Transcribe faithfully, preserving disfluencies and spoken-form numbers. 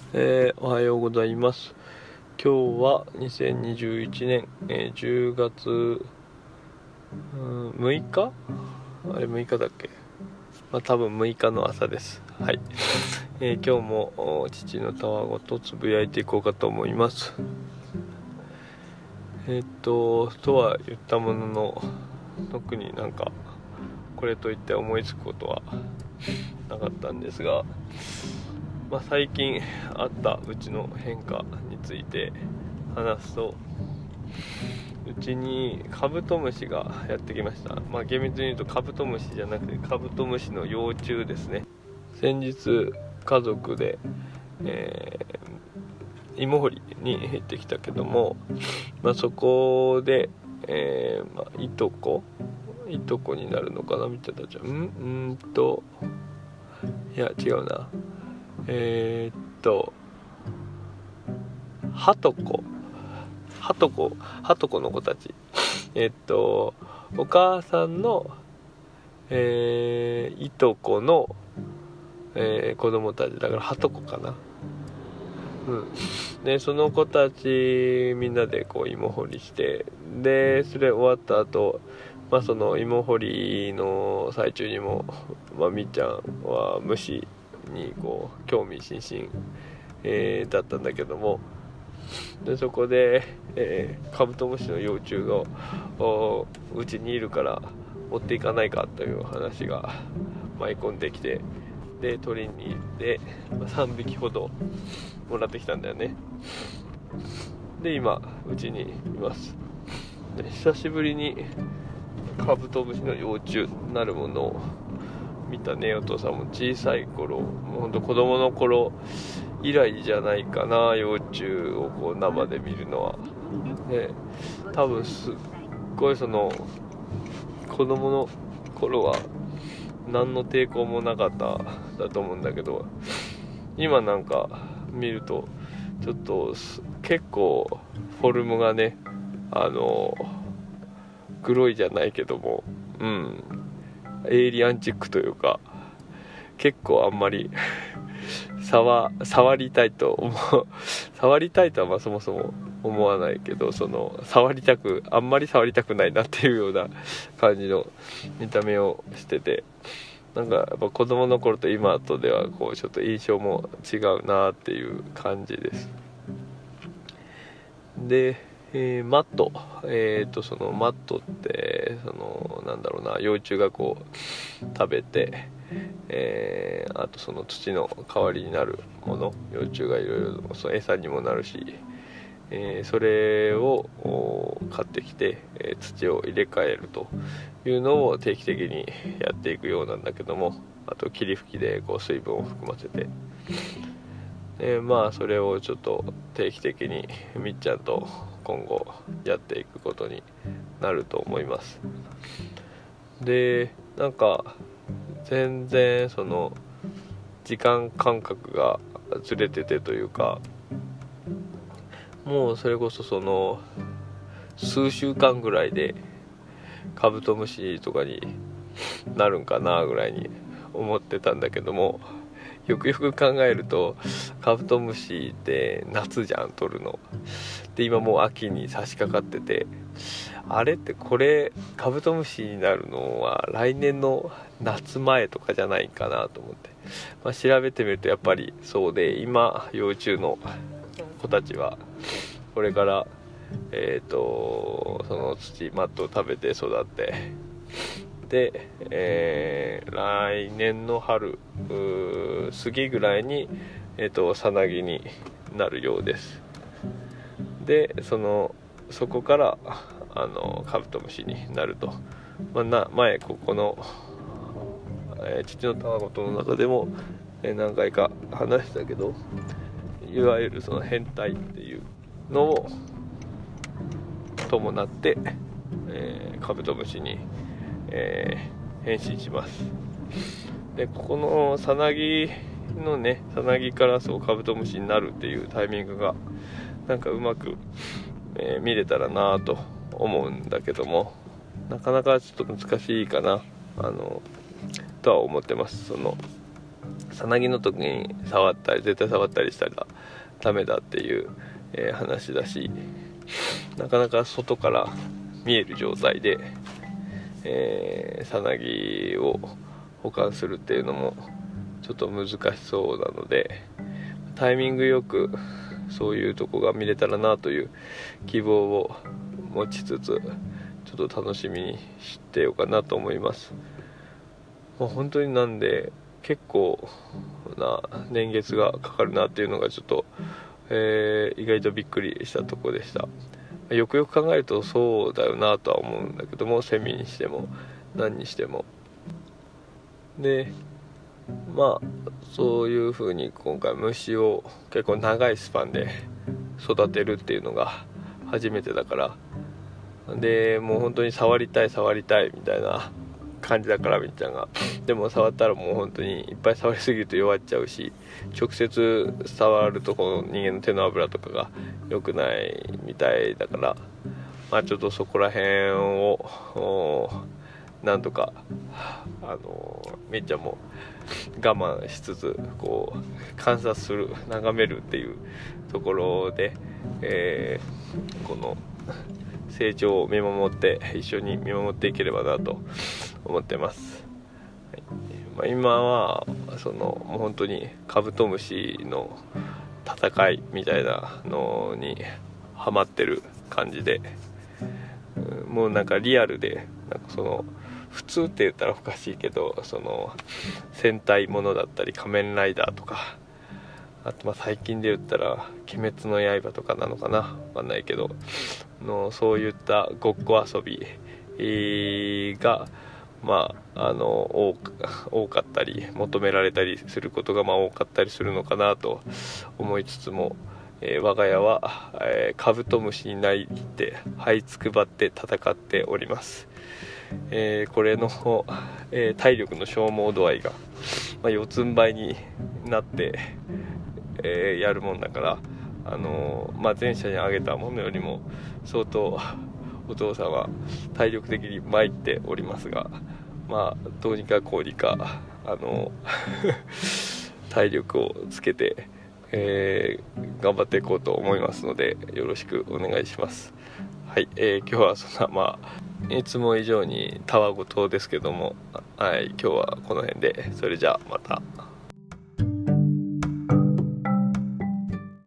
えー、おはようございます。今日はにせんにじゅういちねん、えー、じゅうがつむいかあれむいかだっけ、まあ、多分むいかの朝です。はい、えー、今日も父のたわごとつぶやいていこうかと思います。えー、っととは言ったものの、特になんかこれといって思いつくことはなかったんですが、まあ、最近あったうちの変化について話すと、うちにカブトムシがやってきました。まあ厳密に言うとカブトムシじゃなくてカブトムシの幼虫ですね。先日家族で、えー、芋掘りに行ってきたけども、まあ、そこで、えーまあ、いとこいとこになるのかなみたいなじゃんうんんといや違うなえー、っとはとこはとこはとこの子たち、えー、っとお母さんの、えー、いとこの、えー、子供たちだからはとこかな。うんでその子たちみんなでこう芋掘りして、でそれ終わった後、まあその芋掘りの最中にも、まあ、みっちゃんは虫にこう興味津々、えー、だったんだけども、でそこで、えー、カブトムシの幼虫がうちにいるから持っていかないかという話が舞い込んできて、で取りに行って、まあ、さんびきほどもらってきたんだよね。で今うちにいます。で久しぶりにカブトムシの幼虫なるものを見たね。お父さんも小さい頃、もうほんと子供の頃以来じゃないかな、幼虫をこう生で見るのは。で多分すっごいその子供の頃は何の抵抗もなかっただと思うんだけど、今なんか見るとちょっと結構フォルムがね、あの黒いじゃないけども、うんエイリアンチックというか、結構あんまり触, 触りたいと思う触りたいとはまあそもそも思わないけど、その触りたくあんまり触りたくないなっていうような感じの見た目をしてて、なんかやっぱ子供の頃と今とではこうちょっと印象も違うなっていう感じです。で、えー、マットえーとそのマットってそのなんだろうな、幼虫がこう食べて、えー、あとその土の代わりになるもの、幼虫がいろいろその餌にもなるし、えー、それを買ってきて、えー、土を入れ替えるというのを定期的にやっていくようなんだけども、あと霧吹きでこう水分を含ませて、でまあそれをちょっと定期的にみっちゃんと今後やっていくことになると思います。でなんか全然その時間感覚がずれててというか、もうそれこそその数週間ぐらいでカブトムシとかになるんかなぐらいに思ってたんだけども、よくよく考えるとカブトムシって夏じゃん取るので、今もう秋に差し掛かってて、あれってこれカブトムシになるのは来年の夏前とかじゃないかなと思って、まあ、調べてみるとやっぱりそうで、今幼虫の子たちはこれからえーとその土マットを食べて育ってで、えー、来年の春過ぎぐらいに、えーとさなぎになるようです。でそのそこからあのカブトムシになると、まあ、な前ここの、えー、父のたわごとの中でも、えー、何回か話したけど、いわゆるその変態っていうのを伴って、えー、カブトムシに、えー、変身します。でここのさなぎのね、さなぎからそうカブトムシになるっていうタイミングがなんかうまく、えー、見れたらなと思うんだけども、なかなかちょっと難しいかなあのとは思ってます。そのさなぎの時に触ったり絶対触ったりしたらダメだっていう、えー、話だし、なかなか外から見える状態でえー、さなぎを保管するっていうのもちょっと難しそうなので、タイミングよくそういうとこが見れたらなという希望を持ちつつ、ちょっと楽しみにしてようかなと思います。もう本当になんで結構な年月がかかるなっていうのがちょっと、えー、意外とびっくりしたとこでした。よくよく考えるとそうだよなとは思うんだけども、セミにしても何にしても。でまあそういう風に今回虫を結構長いスパンで育てるっていうのが初めてだから、でもう本当に触りたい触りたいみたいな感じだから、みっちゃんが。でも触ったらもう本当にいっぱい触りすぎると弱っちゃうし、直接触るとこの人間の手の脂とかが良くないみたいだから、まあちょっとそこら辺をなんとかあのみっちゃんも我慢しつつこう観察する、眺めるっていうところで、えー、この成長を見守って一緒に見守っていければなと思ってます。はい、まあ、今はそのもう本当にカブトムシの戦いみたいなのにハマってる感じで、もうなんかリアルでなんかその普通って言ったらおかしいけど、その戦隊ものだったり仮面ライダーとか、あとまあ最近で言ったら鬼滅の刃とかなのかな、わかんないけどのそういったごっこ遊びがまああの多多かったり求められたりすることがまあ多かったりするのかなと思いつつも、えー、我が家は、えー、カブトムシになりって這いつくばって戦っております。えー、これの、えー、体力の消耗度合いが、まあ、四つん這いになって、えー、やるもんだから、あのーまあ、前者に挙げたものよりも相当お父さんは体力的に参っておりますが、まあどうにかこうにか、あのー、体力をつけて、えー、頑張っていこうと思いますのでよろしくお願いします。はい、えー、今日はそんなまあいつも以上にたわごとですけども、はい、今日はこの辺で、それじゃあまた。